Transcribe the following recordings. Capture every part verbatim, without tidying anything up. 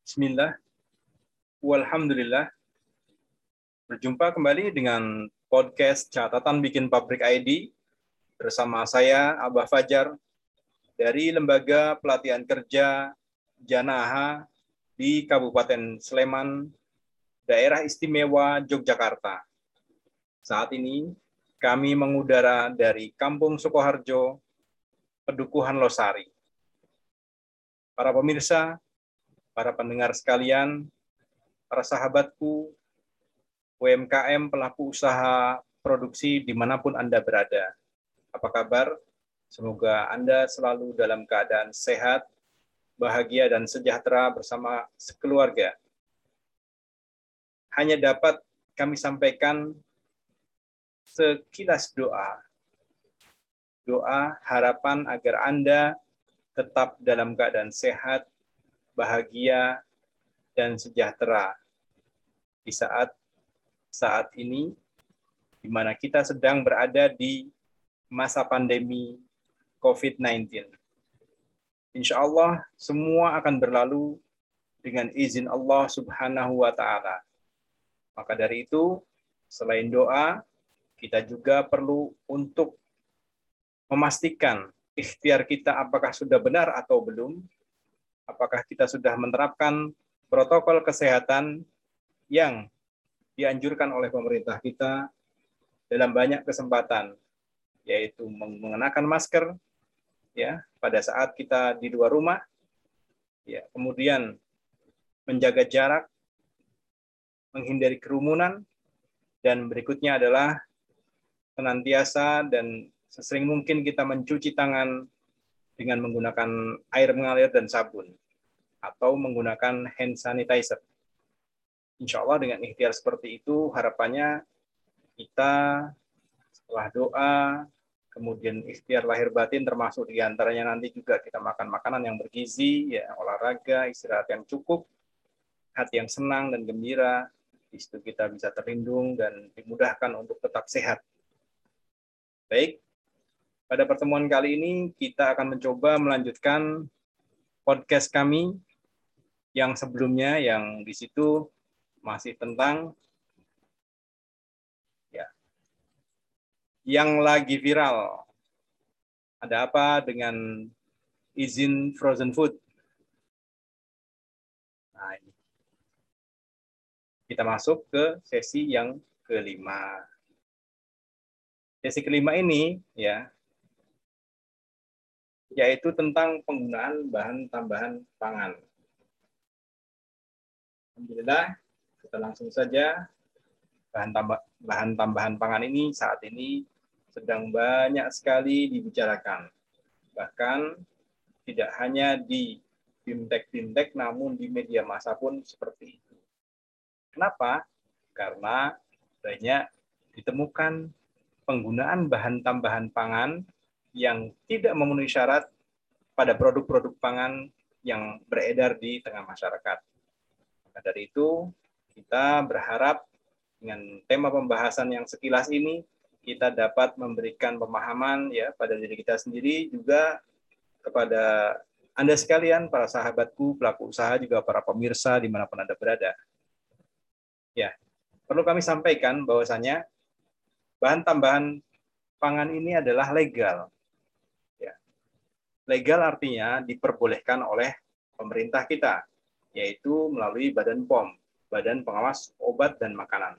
Bismillah, walhamdulillah. Berjumpa kembali dengan podcast Catatan Bikin Pabrik I D bersama saya, Abah Fajar, dari Lembaga Pelatihan Kerja Janaha di Kabupaten Sleman, Daerah Istimewa Yogyakarta. Saat ini kami mengudara dari Kampung Sukoharjo, Pedukuhan Losari. Para pemirsa, para pendengar sekalian, para sahabatku, U M K M pelaku usaha produksi dimanapun Anda berada. Apa kabar? Semoga Anda selalu dalam keadaan sehat, bahagia, dan sejahtera bersama sekeluarga. Hanya dapat kami sampaikan sekilas doa. Doa harapan agar Anda tetap dalam keadaan sehat, bahagia, dan sejahtera di saat saat ini, di mana kita sedang berada di masa pandemi covid sembilan belas. Insya Allah, semua akan berlalu dengan izin Allah Subhanahu wa Ta'ala. Maka dari itu, selain doa, kita juga perlu untuk memastikan ikhtiar kita apakah sudah benar atau belum, apakah kita sudah menerapkan protokol kesehatan yang dianjurkan oleh pemerintah kita dalam banyak kesempatan, yaitu mengenakan masker ya pada saat kita di luar rumah, ya, kemudian menjaga jarak, menghindari kerumunan, dan berikutnya adalah senantiasa dan sesering mungkin kita mencuci tangan dengan menggunakan air mengalir dan sabun atau menggunakan hand sanitizer. Insya Allah dengan ikhtiar seperti itu, harapannya kita setelah doa, kemudian ikhtiar lahir batin, termasuk diantaranya nanti juga kita makan makanan yang bergizi, ya, olahraga, istirahat yang cukup, hati yang senang dan gembira, di situ kita bisa terlindung dan dimudahkan untuk tetap sehat. Baik, pada pertemuan kali ini kita akan mencoba melanjutkan podcast kami yang sebelumnya, yang di situ masih tentang ya, yang lagi viral. Ada apa dengan izin frozen food? Nah, ini. Kita masuk ke sesi yang kelima. Sesi kelima ini ya, yaitu tentang penggunaan bahan tambahan pangan. Alhamdulillah, kita langsung saja. Bahan, tambah, bahan tambahan pangan ini saat ini sedang banyak sekali dibicarakan. Bahkan tidak hanya di bimtek-bimtek, namun di media massa pun seperti itu. Kenapa? Karena banyak ditemukan penggunaan bahan tambahan pangan yang tidak memenuhi syarat pada produk-produk pangan yang beredar di tengah masyarakat. Maka dari itu, kita berharap dengan tema pembahasan yang sekilas ini, kita dapat memberikan pemahaman ya pada diri kita sendiri, juga kepada Anda sekalian, para sahabatku, pelaku usaha, juga para pemirsa dimanapun Anda berada. Ya, perlu kami sampaikan bahwasanya bahan tambahan pangan ini adalah legal. Ya. Legal artinya diperbolehkan oleh pemerintah kita, yaitu melalui Badan P O M, Badan Pengawas Obat dan Makanan.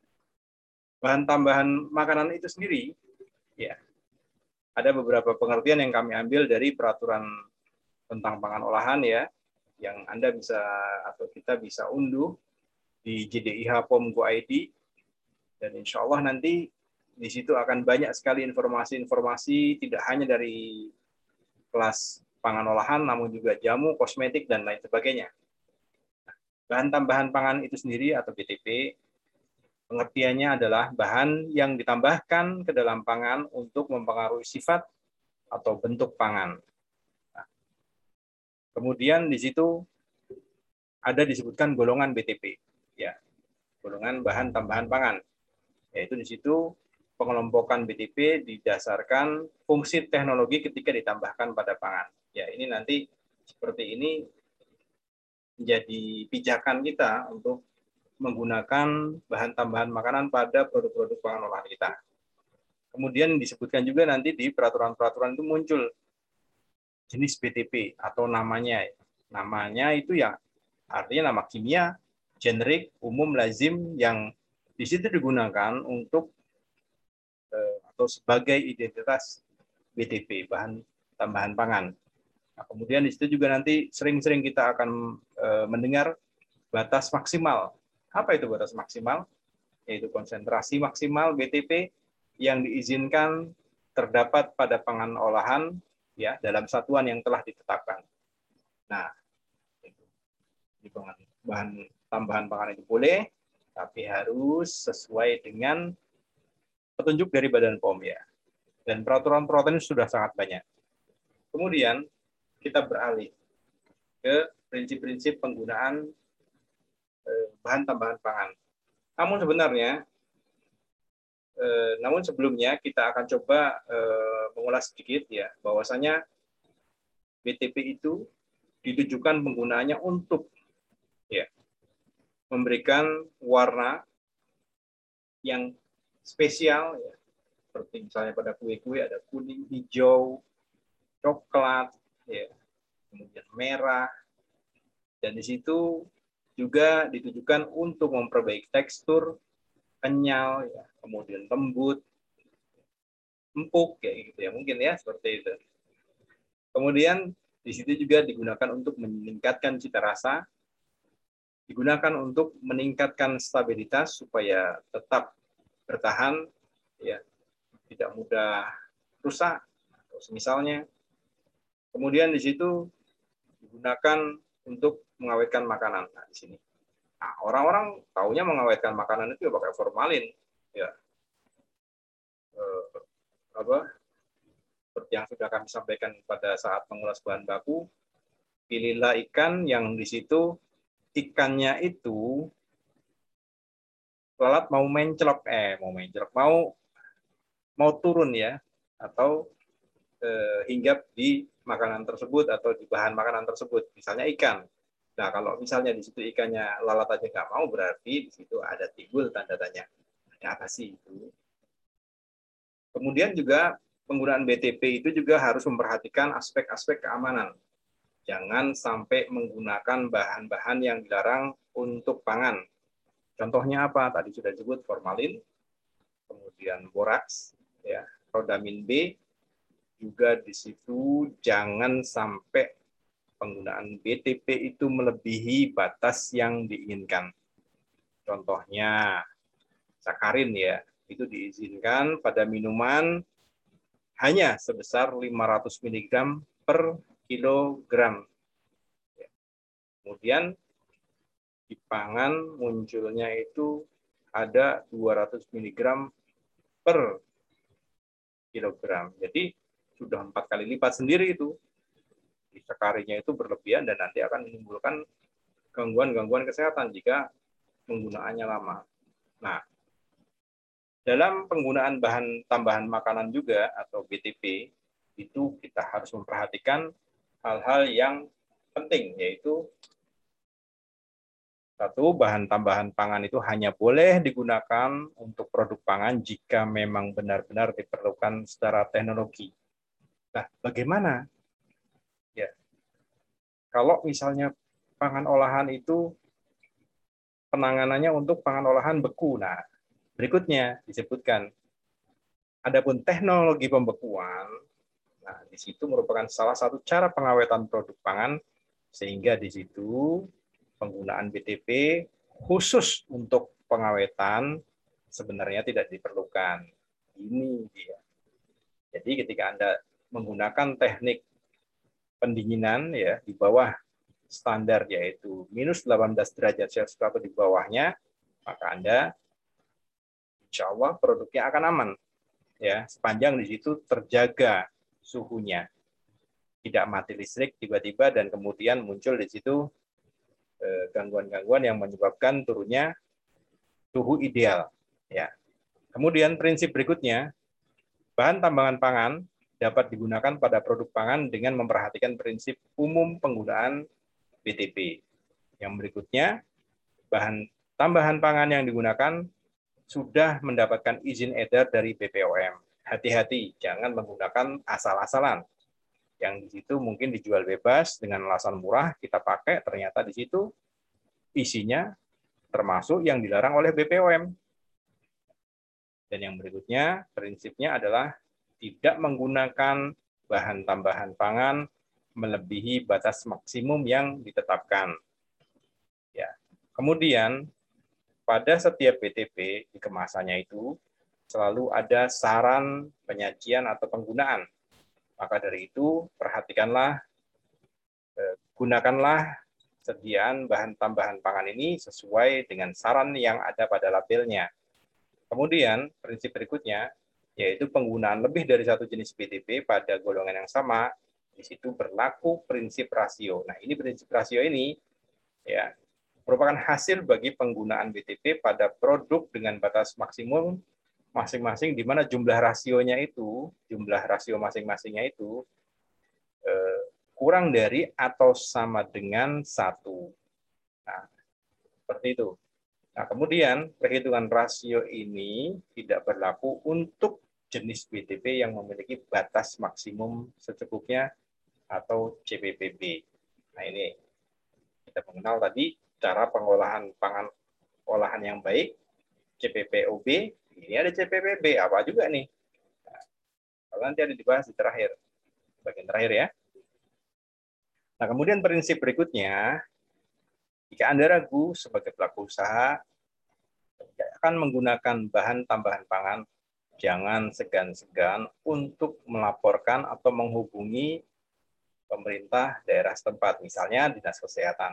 Bahan tambahan makanan itu sendiri, ya, ada beberapa pengertian yang kami ambil dari peraturan tentang pangan olahan ya, yang Anda bisa atau kita bisa unduh di J D I H P O M Go I D, dan insya Allah nanti di situ akan banyak sekali informasi-informasi tidak hanya dari kelas pangan olahan, namun juga jamu, kosmetik, dan lain sebagainya. Bahan tambahan pangan itu sendiri atau B T P, pengertiannya adalah bahan yang ditambahkan ke dalam pangan untuk mempengaruhi sifat atau bentuk pangan. Nah, kemudian di situ ada disebutkan golongan B T P, ya, golongan bahan tambahan pangan, yaitu di situ pengelompokan B T P didasarkan fungsi teknologi ketika ditambahkan pada pangan. Ya, ini nanti seperti ini menjadi pijakan kita untuk menggunakan bahan tambahan makanan pada produk-produk pangan olahan kita. Kemudian disebutkan juga nanti di peraturan-peraturan itu muncul jenis B T P atau namanya. Namanya itu ya artinya nama kimia, generik, umum, lazim yang di situ digunakan untuk atau sebagai identitas B T P, bahan tambahan pangan. Nah, kemudian di situ juga nanti sering-sering kita akan e, mendengar batas maksimal. Apa itu batas maksimal? Yaitu konsentrasi maksimal B T P yang diizinkan terdapat pada pangan olahan ya dalam satuan yang telah ditetapkan. Nah, itu. Bahan tambahan pangan itu boleh, tapi harus sesuai dengan petunjuk dari Badan P O M ya. Dan peraturan-peraturan ini sudah sangat banyak. Kemudian kita beralih ke prinsip-prinsip penggunaan eh, bahan tambahan pangan. Namun sebenarnya, eh, namun sebelumnya kita akan coba eh, mengulas sedikit ya, bahwasanya B T P itu ditujukan penggunaannya untuk ya memberikan warna yang spesial ya, seperti misalnya pada kue-kue ada kuning, hijau, coklat, ya, kemudian merah, dan di situ juga ditujukan untuk memperbaiki tekstur, kenyal, ya, kemudian lembut, empuk, kayak gitu ya mungkin ya seperti itu. Kemudian di situ juga digunakan untuk meningkatkan cita rasa, digunakan untuk meningkatkan stabilitas supaya tetap bertahan, ya, tidak mudah rusak, atau misalnya. Kemudian di situ digunakan untuk mengawetkan makanan. Nah, di sini. Nah, orang-orang taunya mengawetkan makanan itu ya pakai formalin, ya. Eh, apa? Seperti yang sudah kami sampaikan pada saat mengulas bahan baku, pilihlah ikan yang di situ ikannya itu lalat mau mencelok, eh mau mencelok, mau mau turun ya, atau eh, hinggap di makanan tersebut atau di bahan makanan tersebut, misalnya ikan. Nah, kalau misalnya di situ ikannya lalat aja nggak mau, berarti di situ ada timbul tanda tanya. Ada apa sih itu? Kemudian juga penggunaan B T P itu juga harus memperhatikan aspek-aspek keamanan. Jangan sampai menggunakan bahan-bahan yang dilarang untuk pangan. Contohnya apa? Tadi sudah disebut formalin, kemudian boraks, ya, rodamin B, juga di situ jangan sampai penggunaan B T P itu melebihi batas yang diinginkan. Contohnya sakarin ya, itu diizinkan pada minuman hanya sebesar lima ratus miligram per kilogram. Kemudian di pangan munculnya itu ada dua ratus miligram per kilogram. Jadi sudah empat kali lipat sendiri itu. Sakarinya itu berlebihan dan nanti akan menimbulkan gangguan-gangguan kesehatan jika penggunaannya lama. Nah, dalam penggunaan bahan tambahan makanan juga atau B T P, itu kita harus memperhatikan hal-hal yang penting, yaitu satu, bahan tambahan pangan itu hanya boleh digunakan untuk produk pangan jika memang benar-benar diperlukan secara teknologi. Nah, bagaimana? Ya, kalau misalnya pangan olahan itu penanganannya untuk pangan olahan beku. Nah, berikutnya disebutkan, adapun teknologi pembekuan, nah di situ merupakan salah satu cara pengawetan produk pangan, sehingga di situ penggunaan B T P khusus untuk pengawetan sebenarnya tidak diperlukan. Ini dia. Jadi ketika Anda menggunakan teknik pendinginan ya di bawah standar yaitu minus delapan belas derajat Celcius atau di bawahnya, maka Anda insya Allah produknya akan aman ya sepanjang di situ terjaga suhunya, tidak mati listrik tiba-tiba dan kemudian muncul di situ gangguan-gangguan yang menyebabkan turunnya suhu ideal. Ya. Kemudian prinsip berikutnya, bahan tambahan pangan dapat digunakan pada produk pangan dengan memperhatikan prinsip umum penggunaan B T P. Yang berikutnya, bahan tambahan pangan yang digunakan sudah mendapatkan izin edar dari B P O M. Hati-hati, jangan menggunakan asal-asalan. Yang di situ mungkin dijual bebas dengan alasan murah, kita pakai, ternyata di situ isinya termasuk yang dilarang oleh B P O M. Dan yang berikutnya, prinsipnya adalah tidak menggunakan bahan tambahan pangan melebihi batas maksimum yang ditetapkan. Ya. Kemudian, pada setiap B T P di kemasannya itu selalu ada saran penyajian atau penggunaan. Maka dari itu, perhatikanlah, eh, gunakanlah sediaan bahan tambahan pangan ini sesuai dengan saran yang ada pada labelnya. Kemudian, prinsip berikutnya, yaitu penggunaan lebih dari satu jenis B T P pada golongan yang sama, di situ berlaku prinsip rasio. Nah, ini prinsip rasio ini ya merupakan hasil bagi penggunaan B T P pada produk dengan batas maksimum masing-masing, di mana jumlah rasionya itu, jumlah rasio masing-masingnya itu eh, kurang dari atau sama dengan satu. Nah, seperti itu. Nah, kemudian perhitungan rasio ini tidak berlaku untuk jenis B T P yang memiliki batas maksimum secukupnya atau C P P B. Nah, ini kita mengenal tadi cara pengolahan pangan olahan yang baik, C P P O B, ini ada C P P B, apa juga nih? Nah, kalau nanti ada dibahas di terakhir, bagian terakhir ya. Nah, kemudian prinsip berikutnya, jika Anda ragu sebagai pelaku usaha akan menggunakan bahan tambahan pangan, jangan segan-segan untuk melaporkan atau menghubungi pemerintah daerah setempat, misalnya Dinas Kesehatan,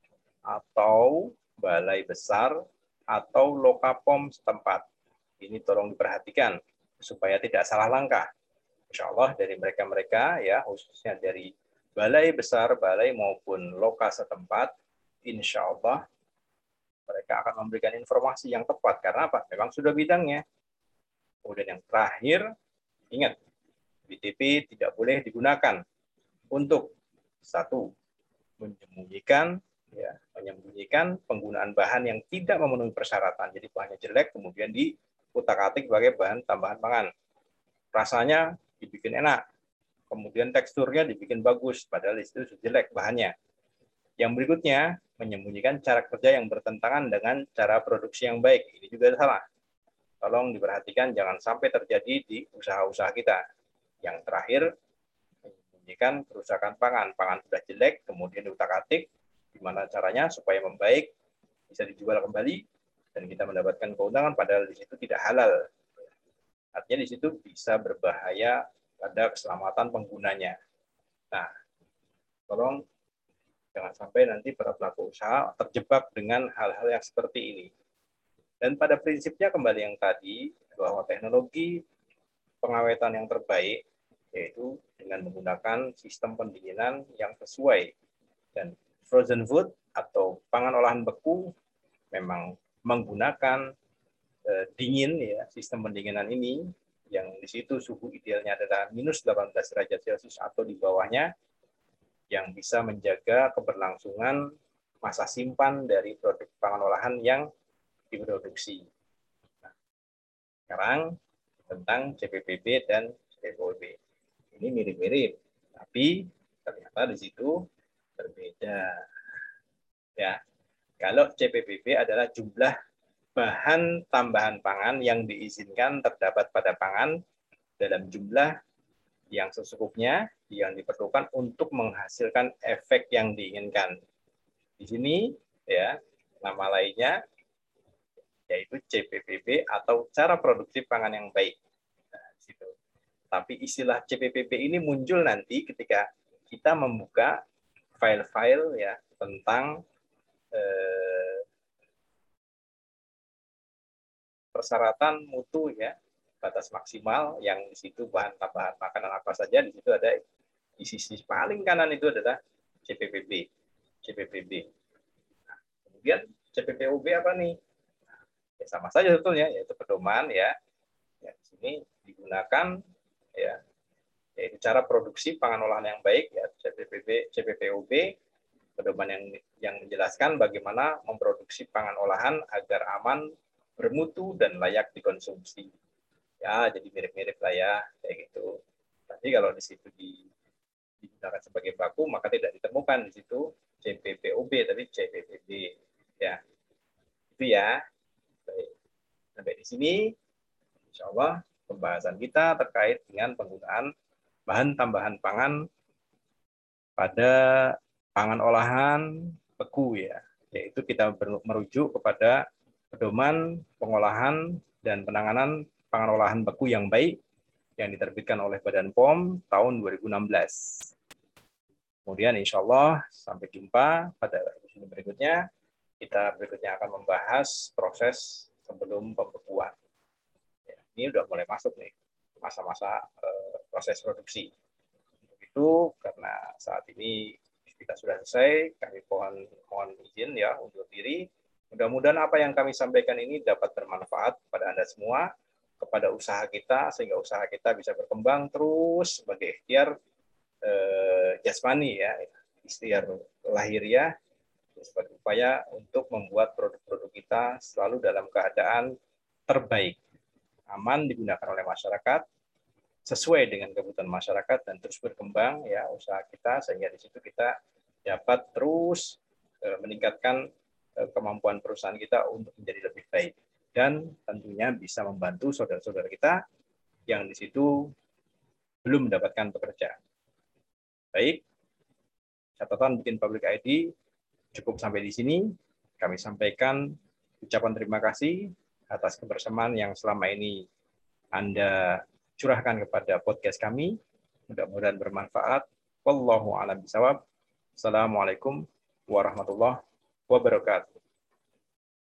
atau Balai Besar, atau Lokapom setempat. Ini tolong diperhatikan, supaya tidak salah langkah. Insya Allah dari mereka-mereka, ya khususnya dari Balai Besar, Balai maupun Loka setempat, insya Allah mereka akan memberikan informasi yang tepat. Karena apa? Memang sudah bidangnya. Kemudian yang terakhir, ingat, B T P tidak boleh digunakan untuk satu, menyembunyikan, ya, menyembunyikan penggunaan bahan yang tidak memenuhi persyaratan. Jadi bahannya jelek, kemudian diutak-atik sebagai bahan tambahan pangan. Rasanya dibikin enak, kemudian teksturnya dibikin bagus, padahal itu jelek bahannya. Yang berikutnya, menyembunyikan cara kerja yang bertentangan dengan cara produksi yang baik. Ini juga salah. Tolong diperhatikan, jangan sampai terjadi di usaha-usaha kita. Yang terakhir, menyembunyikan kerusakan pangan. Pangan sudah jelek, kemudian diutak-atik. Gimana caranya supaya membaik, bisa dijual kembali, dan kita mendapatkan keuntungan, padahal di situ tidak halal. Artinya di situ bisa berbahaya pada keselamatan penggunanya. Nah, tolong jangan sampai nanti para pelaku usaha terjebak dengan hal-hal yang seperti ini. Dan pada prinsipnya kembali yang tadi, bahwa teknologi pengawetan yang terbaik, yaitu dengan menggunakan sistem pendinginan yang sesuai. Dan frozen food atau pangan olahan beku memang menggunakan eh, dingin, ya, sistem pendinginan ini, yang di situ suhu idealnya adalah minus delapan belas derajat Celcius atau di bawahnya, yang bisa menjaga keberlangsungan masa simpan dari produk pangan olahan yang diproduksi. Nah, sekarang tentang C P P B dan C P P O B. Ini mirip-mirip, tapi ternyata di situ berbeda. Ya, kalau C P P B adalah jumlah bahan tambahan pangan yang diizinkan terdapat pada pangan dalam jumlah yang sesungguhnya yang diperlukan untuk menghasilkan efek yang diinginkan. Di sini ya nama lainnya yaitu C P P B atau cara produksi pangan yang baik. Nah, situ. Tapi istilah C P P B ini muncul nanti ketika kita membuka file-file ya tentang eh, persyaratan mutu ya, batas maksimal, yang di situ bahan tambahan makanan apa saja, di situ ada di sisi paling kanan itu adalah C P P B. C P P B. Nah, kemudian C P P O B apa nih? Nah, ya sama saja sebetulnya, yaitu pedoman ya. Ya di sini digunakan ya yaitu cara produksi pangan olahan yang baik ya, C P P B, C P P O B, pedoman yang yang menjelaskan bagaimana memproduksi pangan olahan agar aman, bermutu dan layak dikonsumsi. Ya, jadi mirip-mirip lah ya, kayak gitu. Tapi kalau di situ di, digunakan sebagai baku, maka tidak ditemukan di situ C P P O B, tapi C P P B. Ya, itu ya. Baik. Sampai di sini, insya Allah pembahasan kita terkait dengan penggunaan bahan tambahan pangan pada pangan olahan beku ya, yaitu kita merujuk kepada pedoman pengolahan dan penanganan pangan olahan beku yang baik yang diterbitkan oleh Badan P O M tahun dua ribu enam belas. Kemudian insya Allah sampai jumpa pada episode berikutnya. Kita berikutnya akan membahas proses sebelum pembekuan. Ya, ini udah mulai masuk nih masa-masa eh, proses produksi. Untuk itu karena saat ini kita sudah selesai, kami mohon mohon izin ya undur diri. Mudah-mudahan apa yang kami sampaikan ini dapat bermanfaat kepada Anda semua, kepada usaha kita, sehingga usaha kita bisa berkembang terus sebagai ikhtiar eh, jasmani ya, ikhtiar lahiriah, sebagai upaya untuk membuat produk-produk kita selalu dalam keadaan terbaik, aman digunakan oleh masyarakat, sesuai dengan kebutuhan masyarakat dan terus berkembang ya usaha kita, sehingga di situ kita dapat terus uh, meningkatkan uh, kemampuan perusahaan kita untuk menjadi lebih baik dan tentunya bisa membantu saudara-saudara kita yang di situ belum mendapatkan pekerjaan. Baik, catatan bikin Public I D cukup sampai di sini. Kami sampaikan ucapan terima kasih atas kebersamaan yang selama ini Anda curahkan kepada podcast kami. Mudah-mudahan bermanfaat. Wallahu a'lam bishawab. Assalamualaikum warahmatullahi wabarakatuh.